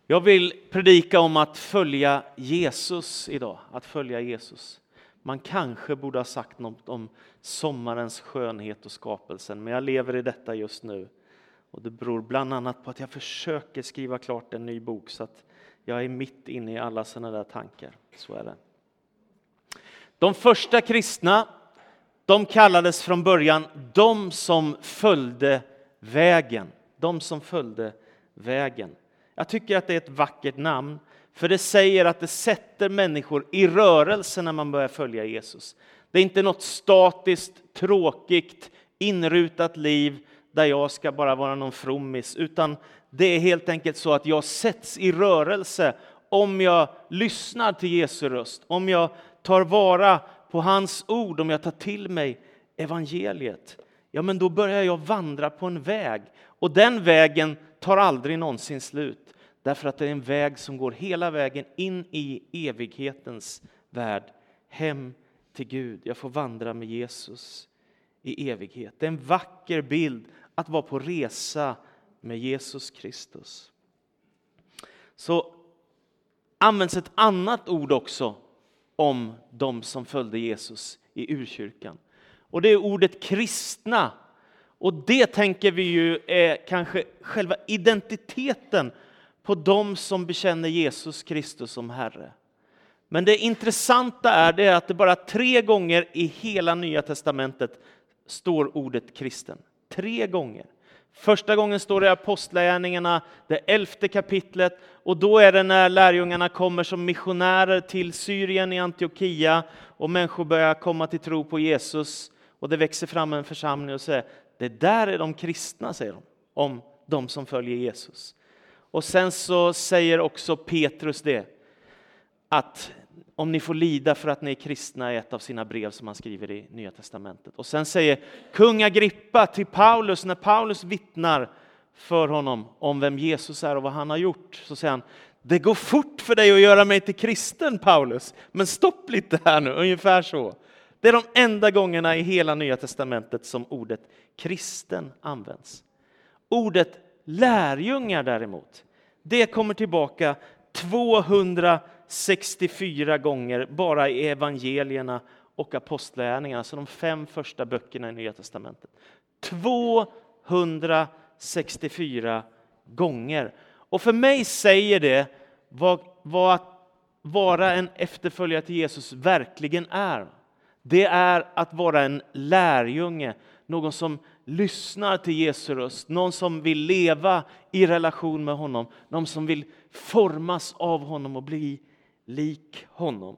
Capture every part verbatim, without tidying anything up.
Jag vill predika om att följa Jesus idag. Att följa Jesus. Man kanske borde ha sagt något om sommarens skönhet och skapelsen. Men jag lever i detta just nu. Och det beror bland annat på att jag försöker skriva klart en ny bok. Så att jag är mitt inne i alla sådana där tankar. Så är det. De första kristna, de kallades från början de som följde vägen. De som följde vägen. Jag tycker att det är ett vackert namn. För det säger att det sätter människor i rörelse när man börjar följa Jesus. Det är inte något statiskt, tråkigt, inrutat liv där jag ska bara vara någon frommis. Utan det är helt enkelt så att jag sätts i rörelse om jag lyssnar till Jesu röst. Om jag tar vara på hans ord, om jag tar till mig evangeliet. Ja, men då börjar jag vandra på en väg. Och den vägen tar aldrig någonsin slut. Därför att det är en väg som går hela vägen in i evighetens värld. Hem till Gud. Jag får vandra med Jesus i evighet. Det är en vacker bild att vara på resa med Jesus Kristus. Så används ett annat ord också om de som följde Jesus i urkyrkan. Och det är ordet kristna. Och det tänker vi ju är kanske själva identiteten på de som bekänner Jesus Kristus som Herre. Men det intressanta är det att det bara tre gånger i hela Nya Testamentet står ordet kristen. Tre gånger. Första gången står det i Apostlagärningarna, det elfte kapitlet. Och då är det när lärjungarna kommer som missionärer till Syrien i Antiochia. Och människor börjar komma till tro på Jesus. Och det växer fram en församling och säger, det där är de kristna, säger de, om de som följer Jesus. Och sen så säger också Petrus det, att om ni får lida för att ni är kristna i ett av sina brev som han skriver i Nya Testamentet. Och sen säger kung Agrippa till Paulus, när Paulus vittnar för honom om vem Jesus är och vad han har gjort, så säger han, det går fort för dig att göra mig till kristen, Paulus, men stopp lite här nu, ungefär så. Det är de enda gångerna i hela Nya Testamentet som ordet kristen används. Ordet lärjungar däremot, det kommer tillbaka tvåhundrasextiofyra gånger bara i evangelierna och apostlagärningarna, alltså de fem första böckerna i Nya Testamentet. tvåhundrasextiofyra gånger. Och för mig säger det vad, vad att vara en efterföljare till Jesus verkligen är. Det är att vara en lärjunge, någon som lyssnar till Jesu röst, någon som vill leva i relation med honom, någon som vill formas av honom och bli lik honom.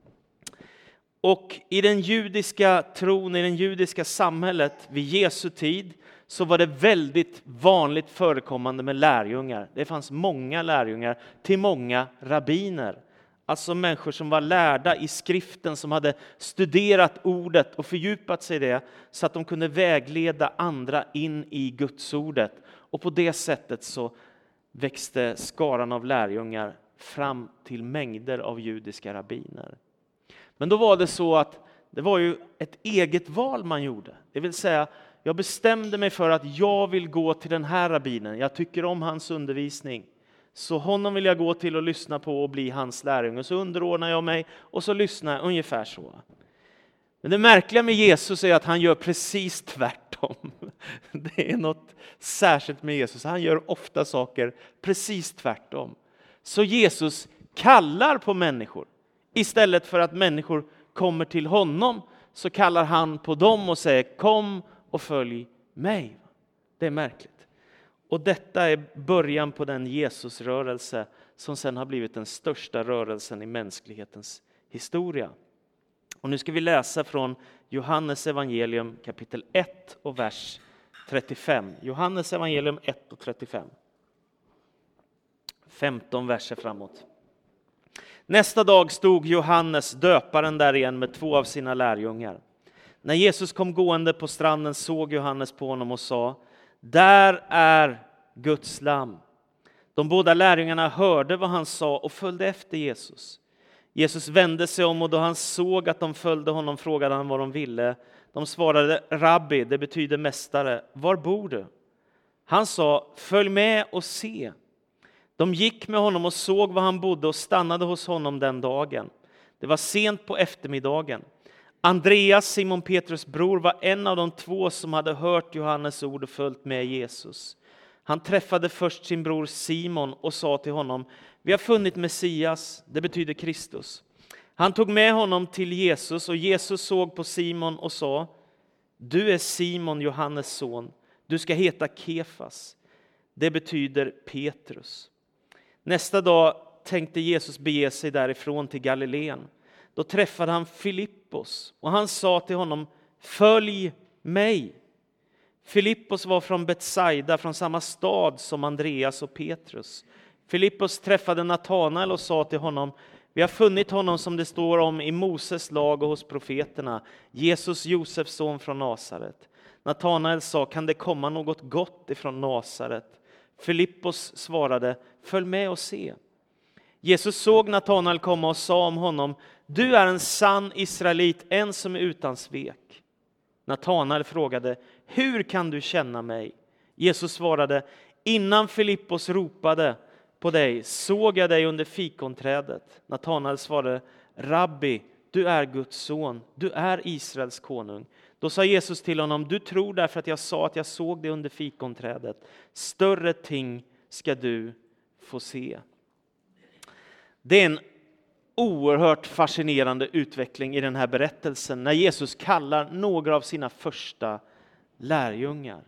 Och i den judiska tron, i den judiska samhället vid Jesu tid, så var det väldigt vanligt förekommande med lärjungar. Det fanns många lärjungar till många rabbiner. Alltså människor som var lärda i skriften, som hade studerat ordet och fördjupat sig i det, så att de kunde vägleda andra in i Guds ordet. Och på det sättet så växte skaran av lärjungar fram till mängder av judiska rabbiner. Men då var det så att det var ju ett eget val man gjorde. Det vill säga, jag bestämde mig för att jag vill gå till den här rabbinen. Jag tycker om hans undervisning. Så honom vill jag gå till och lyssna på och bli hans lärjunge. Så underordnar jag mig och så lyssnar jag ungefär så. Men det märkliga med Jesus är att han gör precis tvärtom. Det är något särskilt med Jesus. Han gör ofta saker precis tvärtom. Så Jesus kallar på människor. Istället för att människor kommer till honom, så kallar han på dem och säger, kom och följ mig. Det är märkligt. Och detta är början på den Jesusrörelse som sen har blivit den största rörelsen i mänsklighetens historia. Och nu ska vi läsa från Johannes evangelium kapitel ett och vers trettiofem. Johannes evangelium ett och trettiofem. femton verser framåt. Nästa dag stod Johannes döparen där igen med två av sina lärjungar. När Jesus kom gående på stranden såg Johannes på honom och sa, där är Guds lamm. De båda lärjungarna hörde vad han sa och följde efter Jesus. Jesus vände sig om, och då han såg att de följde honom frågade han vad de ville. De svarade, rabbi, det betyder mästare, var bor du? Han sa, följ med och se. De gick med honom och såg var han bodde och stannade hos honom den dagen. Det var sent på eftermiddagen. Andreas, Simon Petrus bror, var en av de två som hade hört Johannes ord och följt med Jesus. Han träffade först sin bror Simon och sa till honom: vi har funnit Messias, det betyder Kristus. Han tog med honom till Jesus och Jesus såg på Simon och sa: du är Simon, Johannes son. Du ska heta Kefas. Det betyder Petrus. Nästa dag tänkte Jesus bege sig därifrån till Galileen. Då träffade han Filippos och han sa till honom: följ mig. Filippos var från Betsaida, från samma stad som Andreas och Petrus. Filippos träffade Natanael och sa till honom: vi har funnit honom som det står om i Moses lag och hos profeterna, Jesus, Josefs son från Nasaret. Natanael sa: kan det komma något gott ifrån Nasaret? Filippos svarade: följ med och se. Jesus såg Natanael komma och sa om honom: du är en sann israelit, en som är utan svek. Natanael frågade: hur kan du känna mig? Jesus svarade: innan Filippos ropade på dig såg jag dig under fikonträdet. Natanael svarade: Rabbi, du är Guds son, du är Israels konung. Då sa Jesus till honom: du tror därför att jag sa att jag såg dig under fikonträdet. Större ting ska du få se. Det är en oerhört fascinerande utveckling i den här berättelsen när Jesus kallar några av sina första lärjungar.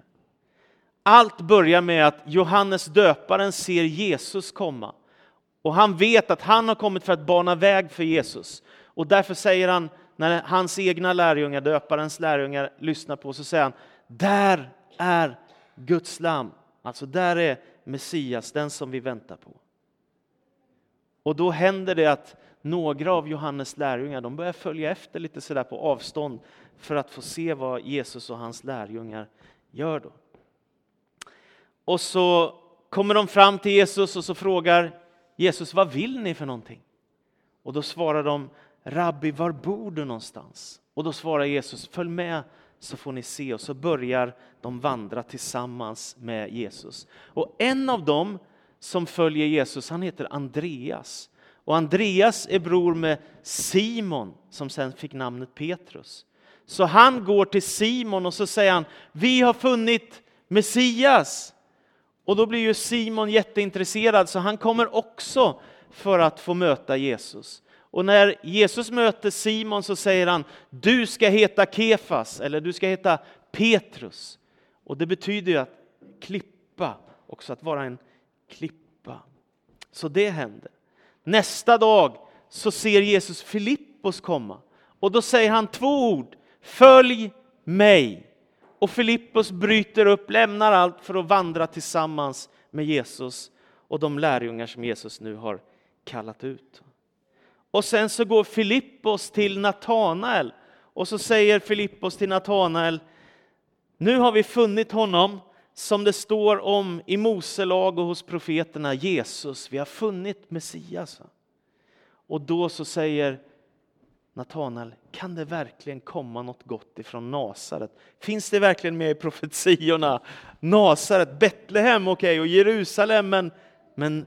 Allt börjar med att Johannes döparen ser Jesus komma. Och han vet att han har kommit för att bana väg för Jesus. Och därför säger han, när hans egna lärjungar, döparens lärjungar, lyssnar på, så säger han: där är Guds lamm. Alltså där är Messias, den som vi väntar på. Och då händer det att några av Johannes lärjungar, de börjar följa efter lite sådär på avstånd för att få se vad Jesus och hans lärjungar gör då. Och så kommer de fram till Jesus och så frågar Jesus: vad vill ni för någonting? Och då svarar de: Rabbi, var bor du någonstans? Och då svarar Jesus: följ med så får ni se. Och så börjar de vandra tillsammans med Jesus. Och en av dem som följer Jesus, han heter Andreas. Och Andreas är bror med Simon som sen fick namnet Petrus. Så han går till Simon och så säger han: vi har funnit Messias. Och då blir ju Simon jätteintresserad, så han kommer också för att få möta Jesus. Och när Jesus möter Simon så säger han: du ska heta Kefas, eller du ska heta Petrus. Och det betyder ju att klippa, också att vara en klippa. Så det händer. Nästa dag så ser Jesus Filippos komma. Och då säger han två ord: följ mig. Och Filippos bryter upp, lämnar allt för att vandra tillsammans med Jesus och de lärjungar som Jesus nu har kallat ut. Och sen så går Filippos till Natanael och så säger Filippos till Natanael: nu har vi funnit honom som det står om i Mose lag och hos profeterna, Jesus. Vi har funnit Messias. Och då så säger Natanael: kan det verkligen komma något gott ifrån Nasaret? Finns det verkligen med i profetiorna? Nasaret, Betlehem, okej, okay, och Jerusalem, men, men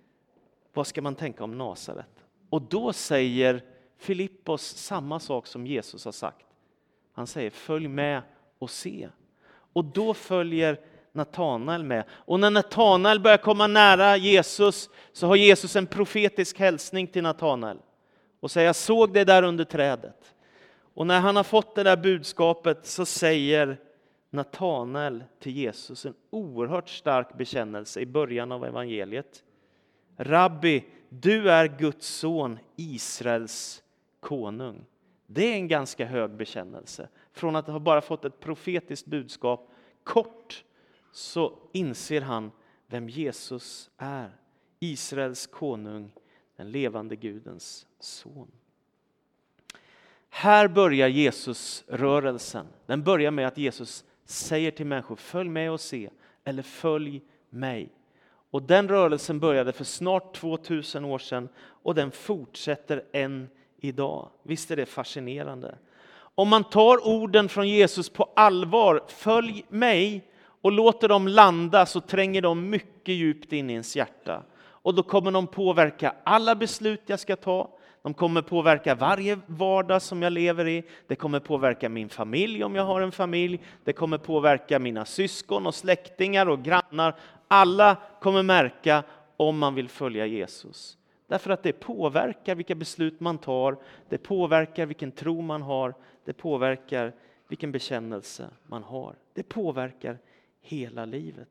vad ska man tänka om Nasaret? Och då säger Filippos samma sak som Jesus har sagt. Han säger: följ med och se. Och då följer Natanael med. Och när Natanael börjar komma nära Jesus så har Jesus en profetisk hälsning till Natanael. Och säger: jag såg det där under trädet. Och när han har fått det där budskapet så säger Natanael till Jesus en oerhört stark bekännelse i början av evangeliet: Rabbi, du är Guds son, Israels konung. Det är en ganska hög bekännelse. Från att ha bara fått ett profetiskt budskap kort, så inser han vem Jesus är. Israels konung, den levande Gudens son. Här börjar Jesus rörelsen. Den börjar med att Jesus säger till människor: följ med och se, eller följ mig. Och den rörelsen började för snart tvåtusen år sedan och den fortsätter än idag. Visst är det fascinerande? Om man tar orden från Jesus på allvar, följ mig, och låter dem landa, så tränger de mycket djupt in i ens hjärta. Och då kommer de påverka alla beslut jag ska ta. De kommer påverka varje vardag som jag lever i. Det kommer påverka min familj om jag har en familj. Det kommer påverka mina syskon och släktingar och grannar. Alla kommer märka om man vill följa Jesus. Därför att det påverkar vilka beslut man tar. Det påverkar vilken tro man har. Det påverkar vilken bekännelse man har. Det påverkar hela livet.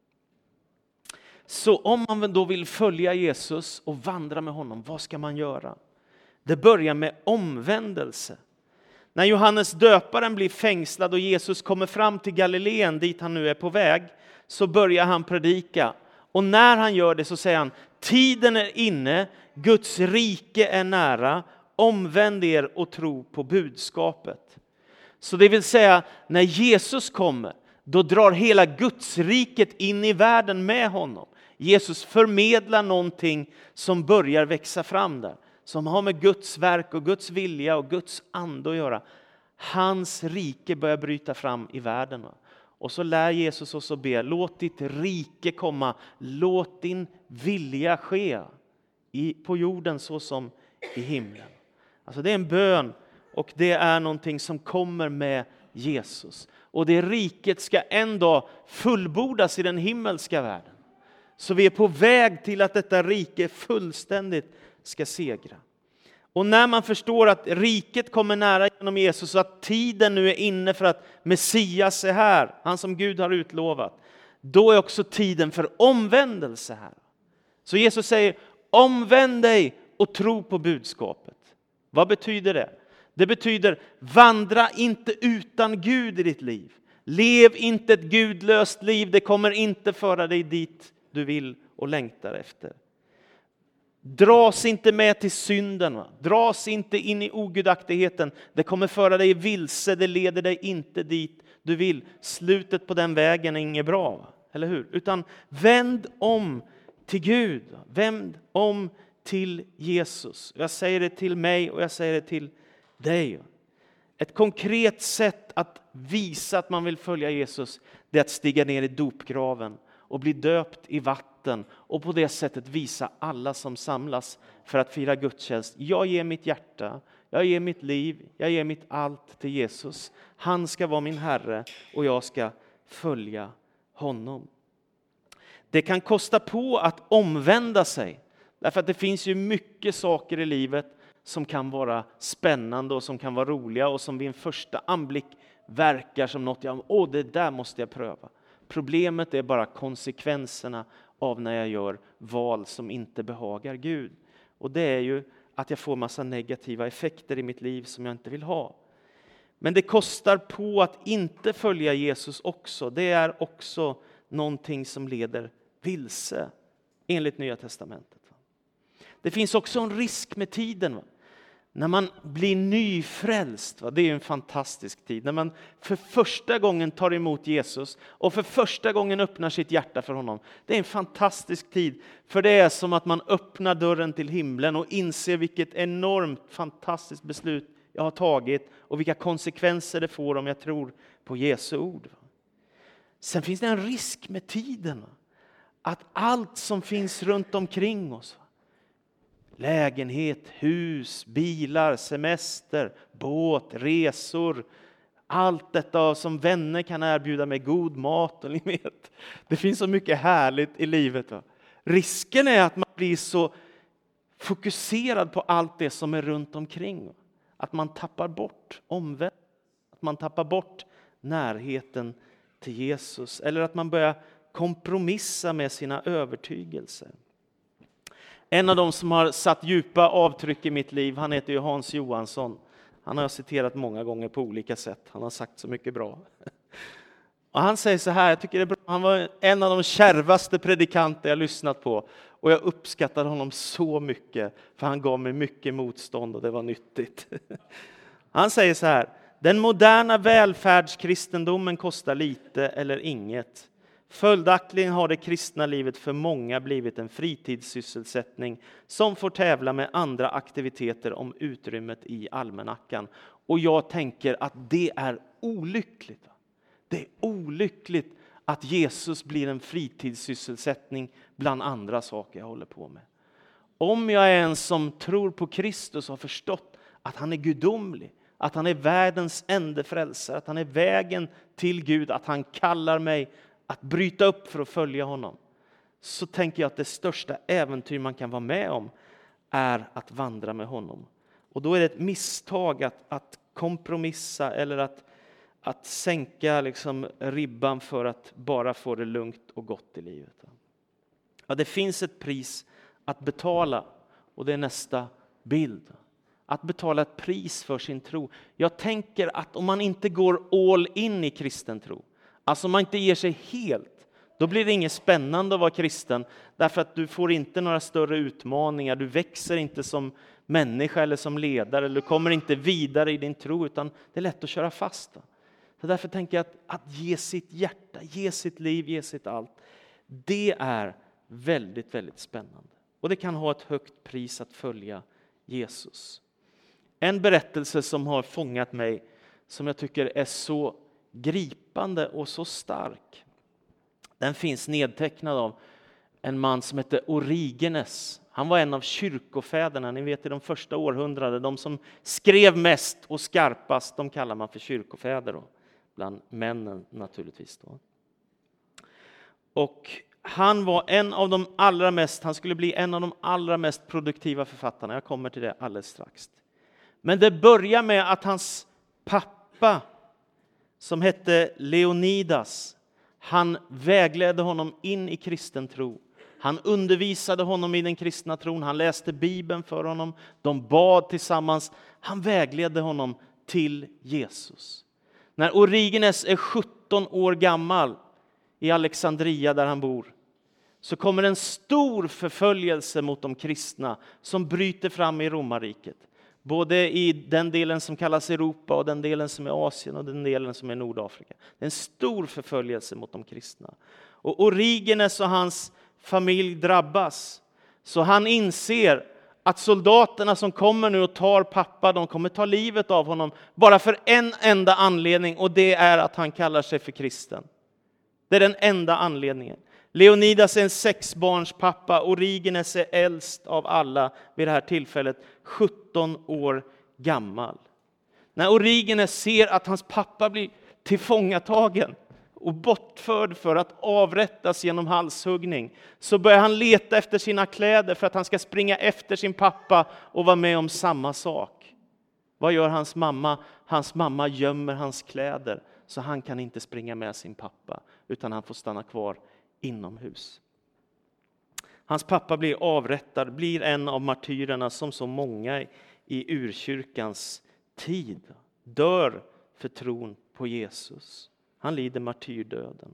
Så om man då vill följa Jesus och vandra med honom, vad ska man göra? Det börjar med omvändelse. När Johannes döparen blir fängslad och Jesus kommer fram till Galileen dit han nu är på väg, så börjar han predika. Och när han gör det så säger han: tiden är inne, Guds rike är nära, omvänd er och tro på budskapet. Så det vill säga, när Jesus kommer, då drar hela Guds riket in i världen med honom. Jesus förmedlar någonting som börjar växa fram där. Som har med Guds verk och Guds vilja och Guds ande att göra. Hans rike börjar bryta fram i världen. Och så lär Jesus oss att be: låt ditt rike komma, låt din vilja ske i, på jorden så som i himlen. Alltså det är en bön, och det är någonting som kommer med Jesus. Och det riket ska en dag fullbordas i den himmelska världen. Så vi är på väg till att detta rike fullständigt ska segra. Och när man förstår att riket kommer nära genom Jesus, och att tiden nu är inne för att Messias är här, han som Gud har utlovat, då är också tiden för omvändelse här. Så Jesus säger: omvänd dig och tro på budskapet. Vad betyder det? Det betyder: vandra inte utan Gud i ditt liv. Lev inte ett gudlöst liv, det kommer inte föra dig dit du vill och längtar efter. Dras inte med till synden, va? Dras inte in i ogudaktigheten. Det kommer föra dig vilse, det leder dig inte dit du vill. Slutet på den vägen är inget bra, va? Eller hur? Utan vänd om till Gud. Vänd om till Jesus. Jag säger det till mig och jag säger det till dig. Ett konkret sätt att visa att man vill följa Jesus, det är att stiga ner i dopgraven och bli döpt i vatten, och på det sättet visa alla som samlas för att fira gudstjänst: jag ger mitt hjärta, jag ger mitt liv, jag ger mitt allt till Jesus. Han ska vara min Herre och jag ska följa honom. Det kan kosta på att omvända sig, därför att det finns ju mycket saker i livet som kan vara spännande och som kan vara roliga och som vid en första anblick verkar som något jag, åh, det där måste jag pröva. Problemet är bara konsekvenserna av när jag gör val som inte behagar Gud. Och det är ju att jag får massa negativa effekter i mitt liv som jag inte vill ha. Men det kostar på att inte följa Jesus också. Det är också någonting som leder vilse enligt Nya testamentet. Det finns också en risk med tiden. Va? När man blir nyfrälst, va? Det är en fantastisk tid. När man för första gången tar emot Jesus och för första gången öppnar sitt hjärta för honom. Det är en fantastisk tid. För det är som att man öppnar dörren till himlen och inser vilket enormt fantastiskt beslut jag har tagit. Och vilka konsekvenser det får om jag tror på Jesu ord. Va? Sen finns det en risk med tiden. Va? Att allt som finns runt omkring oss, va? Lägenhet, hus, bilar, semester, båt, resor. Allt detta som vänner kan erbjuda mig, god mat och ni vet. Det finns så mycket härligt i livet. Va? Risken är att man blir så fokuserad på allt det som är runt omkring. Va? Att man tappar bort omvänd. Att man tappar bort närheten till Jesus. Eller att man börjar kompromissa med sina övertygelser. En av de som har satt djupa avtryck i mitt liv, han heter ju Hans Johansson. Han har jag citerat många gånger på olika sätt. Han har sagt så mycket bra. Och han säger så här, jag tycker det är bra. Han var en av de kärvaste predikanter jag lyssnat på. Och jag uppskattade honom så mycket. För han gav mig mycket motstånd och det var nyttigt. Han säger så här: den moderna välfärdskristendomen kostar lite eller inget. Följaktligen har det kristna livet för många blivit en fritidssysselsättning som får tävla med andra aktiviteter om utrymmet i almanackan. Och jag tänker att det är olyckligt. Det är olyckligt att Jesus blir en fritidssysselsättning bland andra saker jag håller på med. Om jag är en som tror på Kristus och har förstått att han är gudomlig, att han är världens enda frälsare, att han är vägen till Gud, att han kallar mig att bryta upp för att följa honom, så tänker jag att det största äventyr man kan vara med om är att vandra med honom. Och då är det ett misstag att, att kompromissa eller att, att sänka liksom ribban för att bara få det lugnt och gott i livet. Ja, det finns ett pris att betala, och det är nästa bild. Att betala ett pris för sin tro. Jag tänker att om man inte går all in i kristen tro, alltså om man inte ger sig helt, då blir det inget spännande att vara kristen. Därför att du får inte några större utmaningar. Du växer inte som människa eller som ledare. Eller du kommer inte vidare i din tro, utan det är lätt att köra fast. Så därför tänker jag att, att ge sitt hjärta, ge sitt liv, ge sitt allt. Det är väldigt, väldigt spännande. Och det kan ha ett högt pris att följa Jesus. En berättelse som har fångat mig, som jag tycker är så gripande och så stark, den finns nedtecknad av en man som heter Origenes. Han var en av kyrkofäderna, ni vet i de första århundraden, de som skrev mest och skarpast, de kallar man för kyrkofäder då, bland männen naturligtvis då. Och han var en av de allra mest, han skulle bli en av de allra mest produktiva författarna. Jag kommer till det alldeles strax. Men det börjar med att hans pappa, som hette Leonidas, han vägledde honom in i kristen tro. Han undervisade honom i den kristna tron. Han läste Bibeln för honom. De bad tillsammans. Han vägledde honom till Jesus. När Origenes är sjutton år gammal i Alexandria där han bor, så kommer en stor förföljelse mot de kristna som bryter fram i romarriket. Både i den delen som kallas Europa och den delen som är Asien och den delen som är Nordafrika. Det är en stor förföljelse mot de kristna. Och Origenes och hans familj drabbas. Så han inser att soldaterna som kommer nu och tar pappa, de kommer ta livet av honom bara för en enda anledning, och det är att han kallar sig för kristen. Det är den enda anledningen. Leonidas är en sexbarns pappa. Origenes är äldst av alla vid det här tillfället, sjutton år gammal. När Origenes ser att hans pappa blir tillfångatagen och bortförd för att avrättas genom halshuggning, så börjar han leta efter sina kläder för att han ska springa efter sin pappa och vara med om samma sak. Vad gör hans mamma? Hans mamma gömmer hans kläder så han kan inte springa med sin pappa, utan han får stanna kvar inomhus. Hans pappa blir avrättad, blir en av martyrerna som så många i urkyrkans tid, dör för tron på Jesus. Han lider martyrdöden.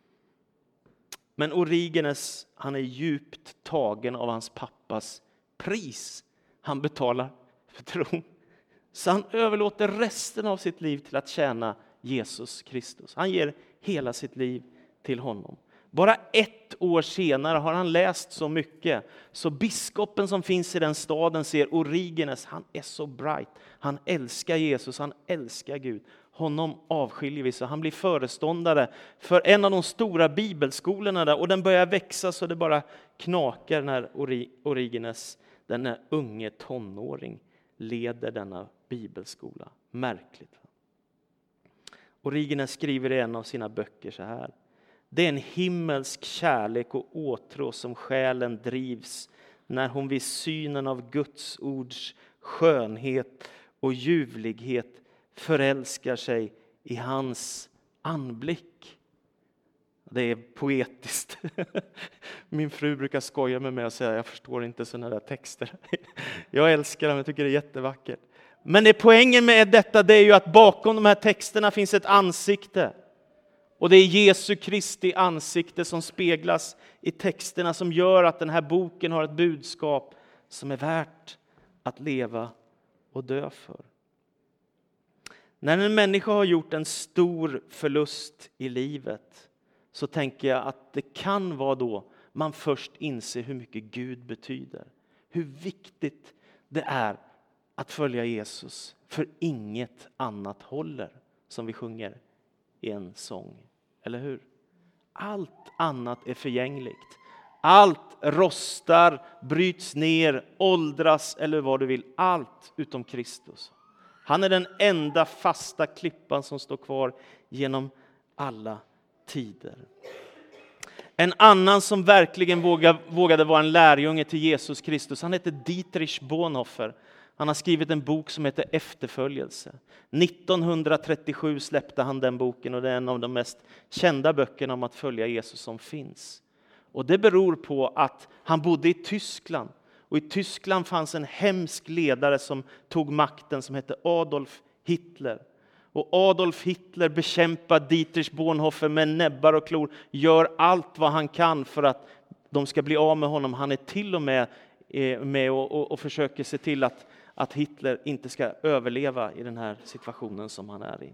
Men Origenes, han är djupt tagen av hans pappas pris han betalar för tron. Så han överlåter resten av sitt liv till att tjäna Jesus Kristus. Han ger hela sitt liv till honom. Bara ett år senare har han läst så mycket, så biskopen som finns i den staden ser Origenes, han är så bright. Han älskar Jesus, han älskar Gud. Honom avskiljer vi, så han blir föreståndare för en av de stora bibelskolorna där, och den börjar växa så det bara knakar när Origenes, den unge tonåring, leder denna bibelskola. Märkligt. Origenes skriver i en av sina böcker så här: det är en himmelsk kärlek och åtrå som själen drivs när hon vid synen av Guds ords skönhet och ljuvlighet förälskar sig i hans anblick. Det är poetiskt. Min fru brukar skoja med mig och säga: jag förstår inte sådana där texter. Jag älskar dem, jag tycker det är jättevackert. Men det poängen med detta, det är ju att bakom de här texterna finns ett ansikte. Och det är Jesu Kristi ansikte som speglas i texterna, som gör att den här boken har ett budskap som är värt att leva och dö för. När en människa har gjort en stor förlust i livet, så tänker jag att det kan vara då man först inser hur mycket Gud betyder. Hur viktigt det är att följa Jesus, för inget annat håller, som vi sjunger i en sång. Eller hur? allt annat är förgängligt. Allt rostar, bryts ner, åldras eller vad du vill. Allt utom Kristus. Han är den enda fasta klippan som står kvar genom alla tider. En annan som verkligen vågade vara en lärjunge till Jesus Kristus, han heter Dietrich Bonhoeffer. Han har skrivit en bok som heter Efterföljelse. nittonhundratrettiosju släppte han den boken och det är en av de mest kända böckerna om att följa Jesus som finns. Och det beror på att han bodde i Tyskland. Och i Tyskland fanns en hemsk ledare som tog makten som hette Adolf Hitler. Och Adolf Hitler bekämpar Dietrich Bonhoeffer med näbbar och klor. Gör allt vad han kan för att de ska bli av med honom. Han är till och med med och, och, och försöker se till att, att Hitler inte ska överleva i den här situationen som han är i.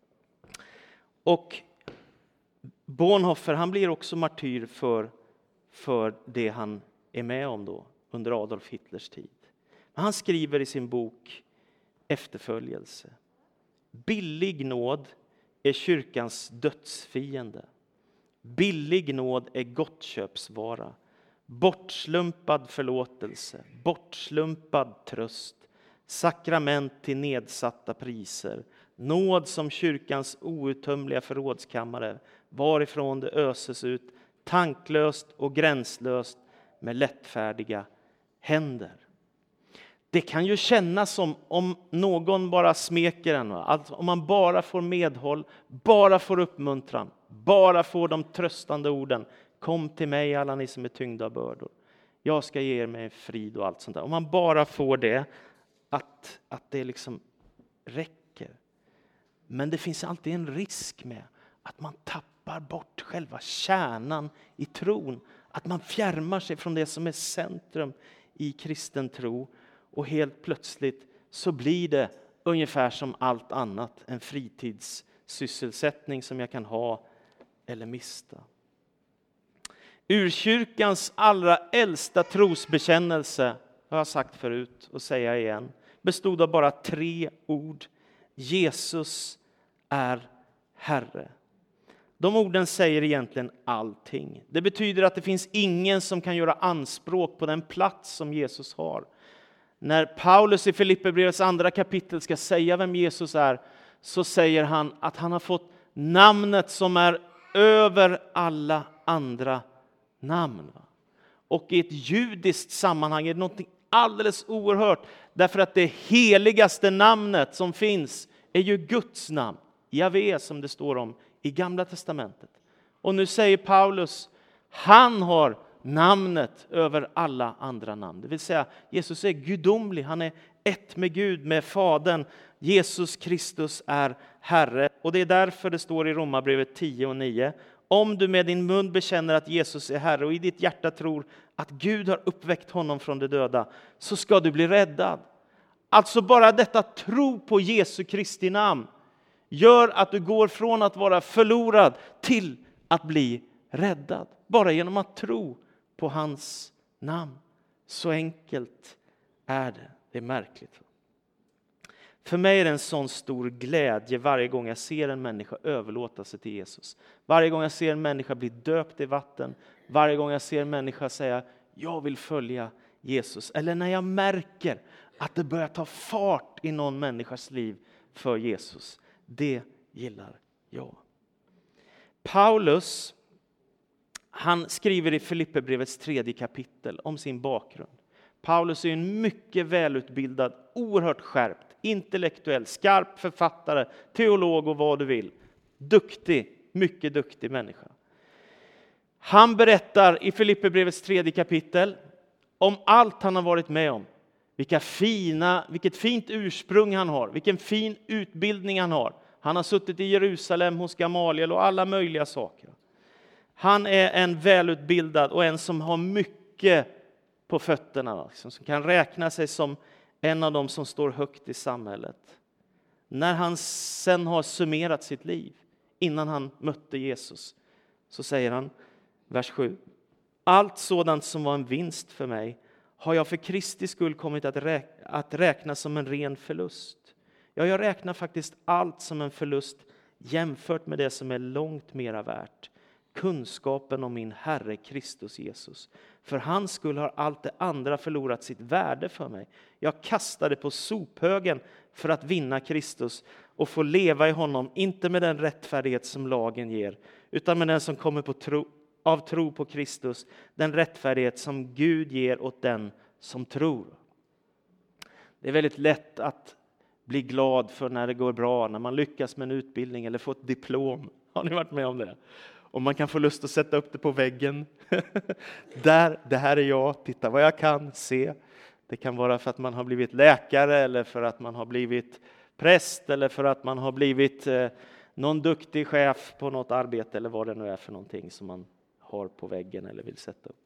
Och Bonhoeffer, han blir också martyr för, för det han är med om då under Adolf Hitlers tid. Han skriver i sin bok Efterföljelse. Billig nåd är kyrkans dödsfiende. Billig nåd är gottköpsvara. Bortslumpad förlåtelse, bortslumpad tröst, sakrament till nedsatta priser, nåd som kyrkans outtömliga förrådskammare, varifrån det öses ut tanklöst och gränslöst med lättfärdiga händer. Det kan ju kännas som om någon bara smeker en, alltså om man bara får medhåll, bara får uppmuntran, bara får de tröstande orden. Kom till mig alla ni som är tyngda av bördor. Jag ska ge er mig frid och allt sånt där. Om man bara får det, att, att det liksom räcker. Men det finns alltid en risk med att man tappar bort själva kärnan i tron. Att man fjärmar sig från det som är centrum i kristen tro. Och helt plötsligt så blir det ungefär som allt annat. En fritidssysselsättning som jag kan ha eller mista. Urkyrkans allra äldsta trosbekännelse, har jag sagt förut och säger igen, bestod av bara tre ord. Jesus är Herre. De orden säger egentligen allting. Det betyder att det finns ingen som kan göra anspråk på den plats som Jesus har. När Paulus i Filipperbrevets andra kapitel ska säga vem Jesus är, så säger han att han har fått namnet som är över alla andra namn. Och i ett judiskt sammanhang är det något alldeles oerhört. Därför att det heligaste namnet som finns är ju Guds namn. Jahve, som det står om i Gamla testamentet. Och nu säger Paulus, han har namnet över alla andra namn. Det vill säga, Jesus är gudomlig. Han är ett med Gud, med Fadern. Jesus Kristus är Herre. Och det är därför det står i Romarbrevet tio och nio. Om du med din mun bekänner att Jesus är Herre och i ditt hjärta tror att Gud har uppväckt honom från de döda, så ska du bli räddad. Alltså bara detta tro på Jesu Kristi namn gör att du går från att vara förlorad till att bli räddad. Bara genom att tro på hans namn. Så enkelt är det. Det är märkligt. För mig är det en sån stor glädje varje gång jag ser en människa överlåta sig till Jesus. Varje gång jag ser en människa bli döpt i vatten. Varje gång jag ser en människa säga, jag vill följa Jesus. Eller när jag märker att det börjar ta fart i någon människas liv för Jesus. Det gillar jag. Paulus, han skriver i Filipperbrevets tredje kapitel om sin bakgrund. Paulus är en mycket välutbildad, oerhört skärpt, intellektuell, skarp författare, teolog och vad du vill. Duktig, mycket duktig människa. Han berättar i Filipperbrevets tredje kapitel om allt han har varit med om. Vilka fina, vilket fint ursprung han har, vilken fin utbildning han har. Han har suttit i Jerusalem hos Gamaliel och alla möjliga saker. Han är en välutbildad och en som har mycket på fötterna, som kan räkna sig som en av dem som står högt i samhället. När han sen har summerat sitt liv innan han mötte Jesus, så säger han, vers sju. Allt sådant som var en vinst för mig har jag för Kristi skull kommit att räkna, att räkna som en ren förlust. Ja, jag räknar faktiskt allt som en förlust jämfört med det som är långt mera värt. kunskapen om min Herre Kristus Jesus. För hans skull har allt det andra förlorat sitt värde för mig. Jag kastade på sophögen för att vinna Kristus och få leva i honom, inte med den rättfärdighet som lagen ger, utan med den som kommer på tro, av tro på Kristus, den rättfärdighet som Gud ger åt den som tror. Det är väldigt lätt att bli glad för när det går bra, när man lyckas med en utbildning eller får ett diplom. Har ni varit med om det? Och man kan få lust att sätta upp det på väggen. Där, det här är jag, titta vad jag kan se. Det kan vara för att man har blivit läkare eller för att man har blivit präst eller för att man har blivit eh, någon duktig chef på något arbete eller vad det nu är för någonting som man har på väggen eller vill sätta upp.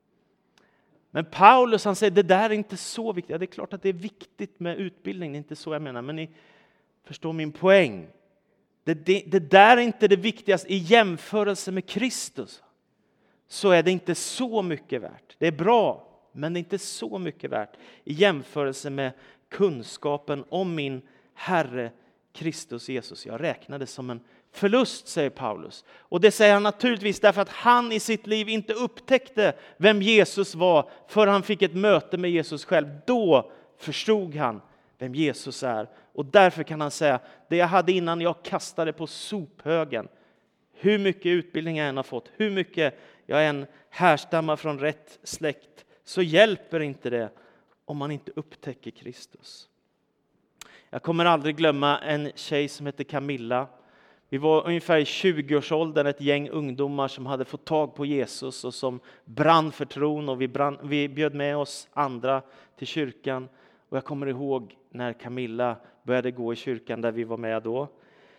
Men Paulus han säger det där är inte så viktigt. Ja, det är klart att det är viktigt med utbildning, det är inte så jag menar. Men ni förstår min poäng. Det, det, det där är inte det viktigaste i jämförelse med Kristus. Så är det inte så mycket värt. Det är bra, men det är inte så mycket värt i jämförelse med kunskapen om min Herre Kristus Jesus. Jag räknar det som en förlust, säger Paulus. Och det säger han naturligtvis därför att han i sitt liv inte upptäckte vem Jesus var för han fick ett möte med Jesus själv. Då förstod han vem Jesus är. Och därför kan han säga, det jag hade innan jag kastade på sophögen. Hur mycket utbildning jag än har fått, hur mycket jag än härstammar från rätt släkt, så hjälper inte det om man inte upptäcker Kristus. Jag kommer aldrig glömma en tjej som heter Camilla. Vi var ungefär i tjugoårsåldern, ett gäng ungdomar som hade fått tag på Jesus och som brann för tron, och vi, brann, vi bjöd med oss andra till kyrkan. Och jag kommer ihåg när Camilla började gå i kyrkan där vi var med då.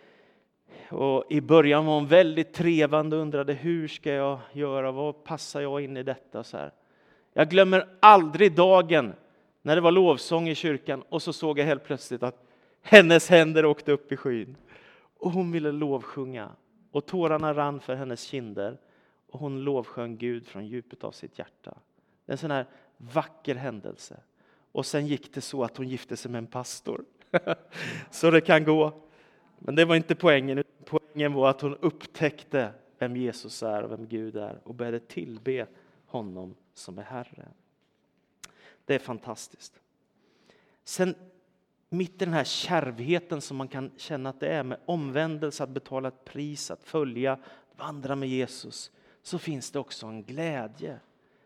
Och i början var hon väldigt trevande och undrade hur ska jag göra, vad passar jag in i detta så här. Jag glömmer aldrig dagen när det var lovsång i kyrkan och så såg jag helt plötsligt att hennes händer åkte upp i skyn. Och hon ville lovsjunga och tårarna rann för hennes kinder och hon lovsjöng Gud från djupet av sitt hjärta. Det är en sån här vacker händelse. Och sen gick det så att hon gifte sig med en pastor. Så det kan gå. Men det var inte poängen. Poängen var att hon upptäckte vem Jesus är och vem Gud är och började tillbe honom som är Herre. Det är fantastiskt. Sen mitt i den här kärvheten som man kan känna att det är med omvändelse, att betala ett pris, att följa, vandra med Jesus, så finns det också en glädje.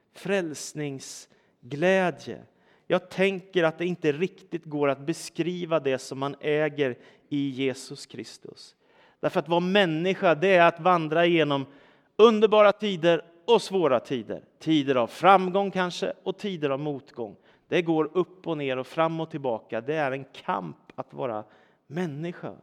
Frälsningsglädje. Jag tänker att det inte riktigt går att beskriva det som man äger i Jesus Kristus. Därför att vara människa, det är att vandra igenom underbara tider och svåra tider. Tider av framgång kanske och tider av motgång. Det går upp och ner och fram och tillbaka. Det är en kamp att vara människa.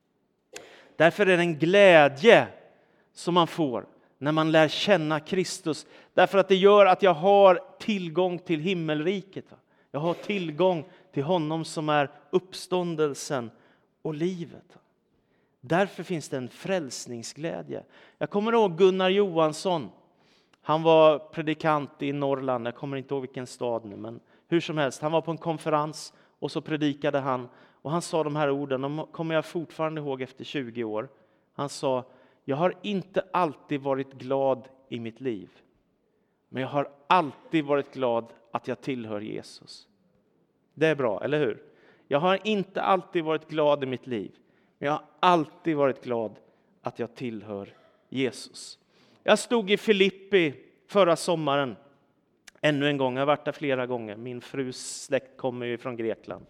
Därför är det en glädje som man får när man lär känna Kristus. Därför att det gör att jag har tillgång till himmelriket. Jag har tillgång till honom som är uppståndelsen och livet. Därför finns det en frälsningsglädje. Jag kommer ihåg Gunnar Johansson. Han var predikant i Norrland. Jag kommer inte ihåg vilken stad nu, men hur som helst. Han var på en konferens och så predikade han. Och han sa de här orden, de kommer jag fortfarande ihåg efter tjugo år. Han sa, jag har inte alltid varit glad i mitt liv. Men jag har alltid varit glad att jag tillhör Jesus. Det är bra, eller hur? Jag har inte alltid varit glad i mitt liv. Men jag har alltid varit glad att jag tillhör Jesus. Jag stod i Filippi förra sommaren. Ännu en gång, jag har varit där flera gånger. Min frus släkt kommer ju från Grekland.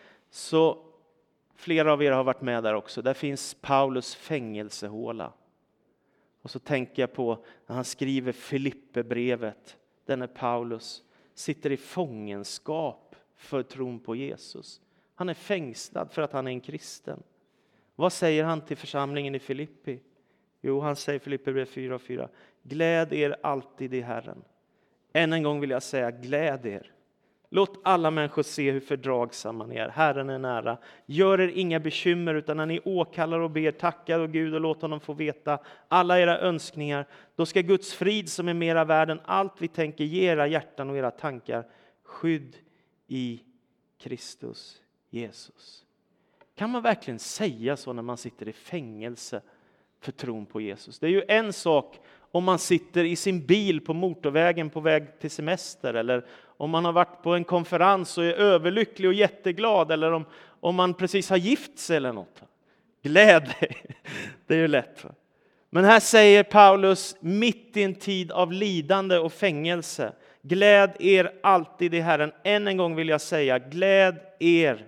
Så flera av er har varit med där också. Där finns Paulus fängelsehåla. Och så tänker jag på när han skriver Filippebrevet. Denne Paulus sitter i fångenskap för tron på Jesus. Han är fängslad för att han är en kristen. Vad säger han till församlingen i Filippi? Jo, han säger Filippebrevet fyra och fyra. Gläd er alltid i Herren. Än en gång vill jag säga, gläd er. Låt alla människor se hur fördragsamma ni är. Herren är nära. Gör er inga bekymmer, utan när ni åkallar och ber, tackar och Gud och låt honom få veta alla era önskningar. Då ska Guds frid som är mera värd än allt vi tänker ge era hjärtan och era tankar skydd i Kristus Jesus. Kan man verkligen säga så när man sitter i fängelse för tron på Jesus? Det är ju en sak om man sitter i sin bil på motorvägen på väg till semester, eller om man har varit på en konferens och är överlycklig och jätteglad, eller om, om man precis har gift sig eller något. Gläd dig, det är ju lätt. Men här säger Paulus, mitt i en tid av lidande och fängelse, gläd er alltid i Herren. Än en gång vill jag säga, gläd er.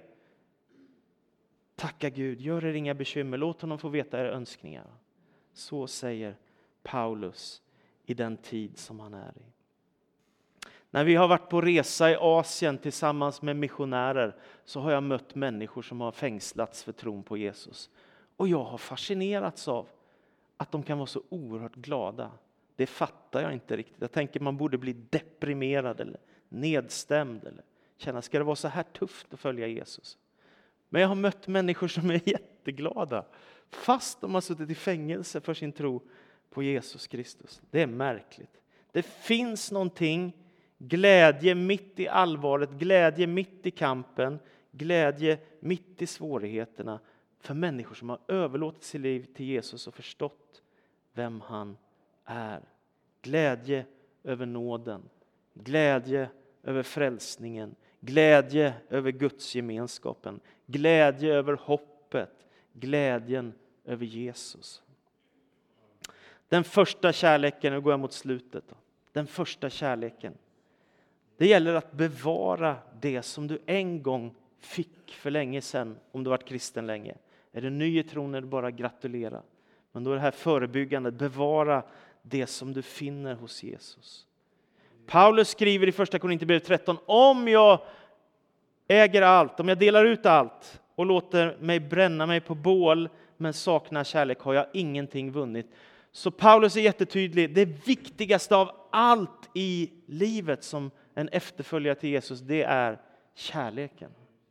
Tacka Gud, gör er inga bekymmer, låt honom få veta era önskningar. Så säger Paulus i den tid som han är i. När vi har varit på resa i Asien tillsammans med missionärer, så har jag mött människor som har fängslats för tron på Jesus. Och jag har fascinerats av att de kan vara så oerhört glada. Det fattar jag inte riktigt. Jag tänker man borde bli deprimerad eller nedstämd. Eller känna, ska det vara så här tufft att följa Jesus? Men jag har mött människor som är jätteglada. Fast de har suttit i fängelse för sin tro på Jesus Kristus. Det är märkligt. Det finns någonting, glädje mitt i allvaret, glädje mitt i kampen, glädje mitt i svårigheterna. För människor som har överlåtit sitt liv till Jesus och förstått vem han är. Glädje över nåden. Glädje över frälsningen. Glädje över Guds gemenskapen. Glädje över hoppet. Glädjen över Jesus. Den första kärleken, nu går jag mot slutet. Då. Den första kärleken. Det gäller att bevara det som du en gång fick för länge sedan, om du varit kristen länge. Är det ny i tron är det bara gratulera. Men då är det här förebyggande, bevara det som du finner hos Jesus. Paulus skriver i första Korinthierbrevet tretton, om jag äger allt, om jag delar ut allt och låter mig bränna mig på bål men saknar kärlek, har jag ingenting vunnit. Så Paulus är jättetydlig, det viktigaste av allt i livet som en efterföljare till Jesus, det är kärleken.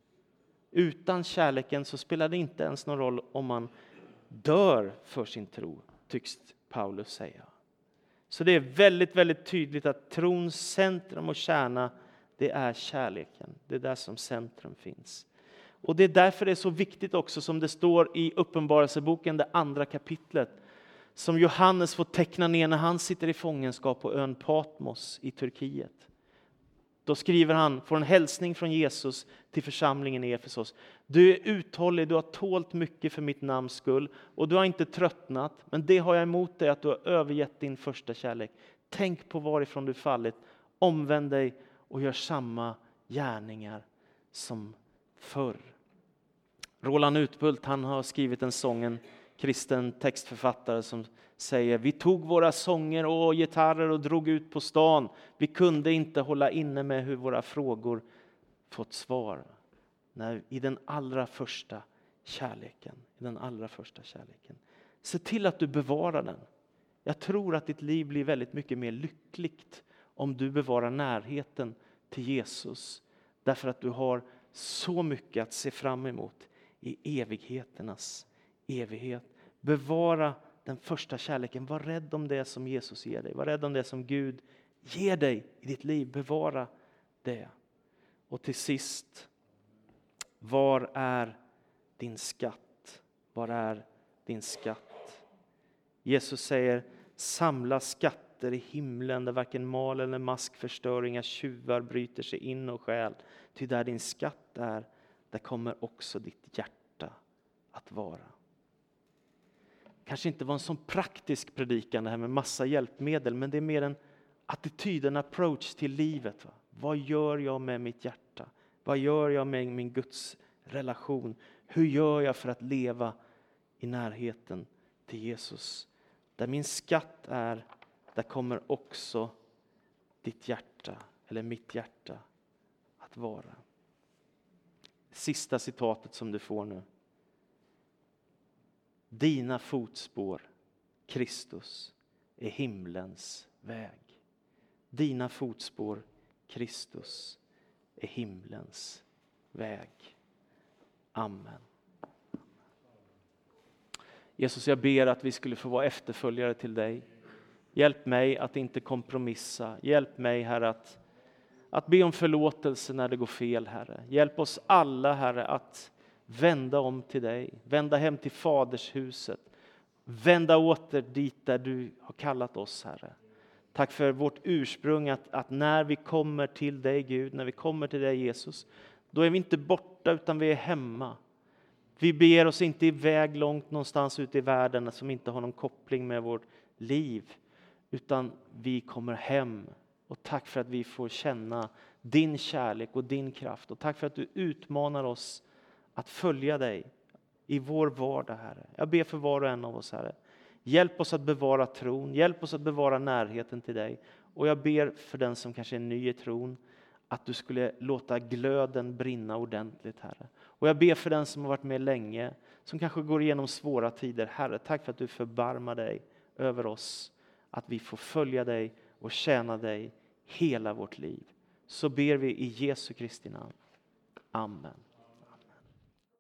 Utan kärleken så spelar det inte ens någon roll om man dör för sin tro, tycks Paulus säga. Så det är väldigt, väldigt tydligt att trons centrum och kärna, det är kärleken. Det är där som centrum finns. Och det är därför det är så viktigt också, som det står i Uppenbarelseboken, det andra kapitlet, som Johannes får teckna ner när han sitter i fångenskap på ön Patmos i Turkiet. Då skriver han, får en hälsning från Jesus till församlingen i Efesos. Du är uthållig, du har tålt mycket för mitt namns skull och du har inte tröttnat. Men det har jag emot dig, att du har övergett din första kärlek. Tänk på varifrån du fallit, omvänd dig och gör samma gärningar som förr. Roland Utbult, han har skrivit en sång, en kristen textförfattare, som säger: vi tog våra sånger och gitarrer och drog ut på stan. Vi kunde inte hålla inne med hur våra frågor fått svar. När, I den allra första kärleken. I den allra första kärleken. Se till att du bevarar den. Jag tror att ditt liv blir väldigt mycket mer lyckligt om du bevarar närheten till Jesus. Därför att du har så mycket att se fram emot i evigheternas evighet. Bevara den första kärleken. Var rädd om det som Jesus ger dig. Var rädd om det som Gud ger dig i ditt liv. Bevara det. Och till sist, var är din skatt? Var är din skatt? Jesus säger: samla skatter i himlen där varken mal eller mask förstör, inga tjuvar bryter sig in och stjäl. Ty där din skatt är, där kommer också ditt hjärta att vara. Kanske inte var en sån praktisk predikan det här med massa hjälpmedel, men det är mer en attityd, en approach till livet. Va? Vad gör jag med mitt hjärta? Vad gör jag med min Guds relation? Hur gör jag för att leva i närheten till Jesus? Där min skatt är, där kommer också ditt hjärta, eller mitt hjärta, att vara. Sista citatet som du får nu. Dina fotspår, Kristus, är himlens väg. Dina fotspår, Kristus, är himlens väg. Amen. Jesus, jag ber att vi skulle få vara efterföljare till dig. Hjälp mig att inte kompromissa. Hjälp mig, Herre, att, att be om förlåtelse när det går fel, Herre. Hjälp oss alla, Herre, att vända om till dig. Vända hem till fadershuset. vända åter dit där du har kallat oss, Herre. Tack för vårt ursprung, att, att när vi kommer till dig Gud, när vi kommer till dig Jesus, då är vi inte borta utan vi är hemma. Vi beger oss inte iväg långt någonstans ute i världen som inte har någon koppling med vårt liv, utan vi kommer hem. Och tack för att vi får känna din kärlek och din kraft. Och tack för att du utmanar oss att följa dig i vår vardag, Herre. Jag ber för var och en av oss, Herre. Hjälp oss att bevara tron. Hjälp oss att bevara närheten till dig. Och jag ber för den som kanske är ny i tron, att du skulle låta glöden brinna ordentligt, Herre. Och jag ber för den som har varit med länge, som kanske går igenom svåra tider. Herre, tack för att du förbarmar dig över oss. Att vi får följa dig och tjäna dig hela vårt liv. Så ber vi i Jesu Kristi namn. Amen.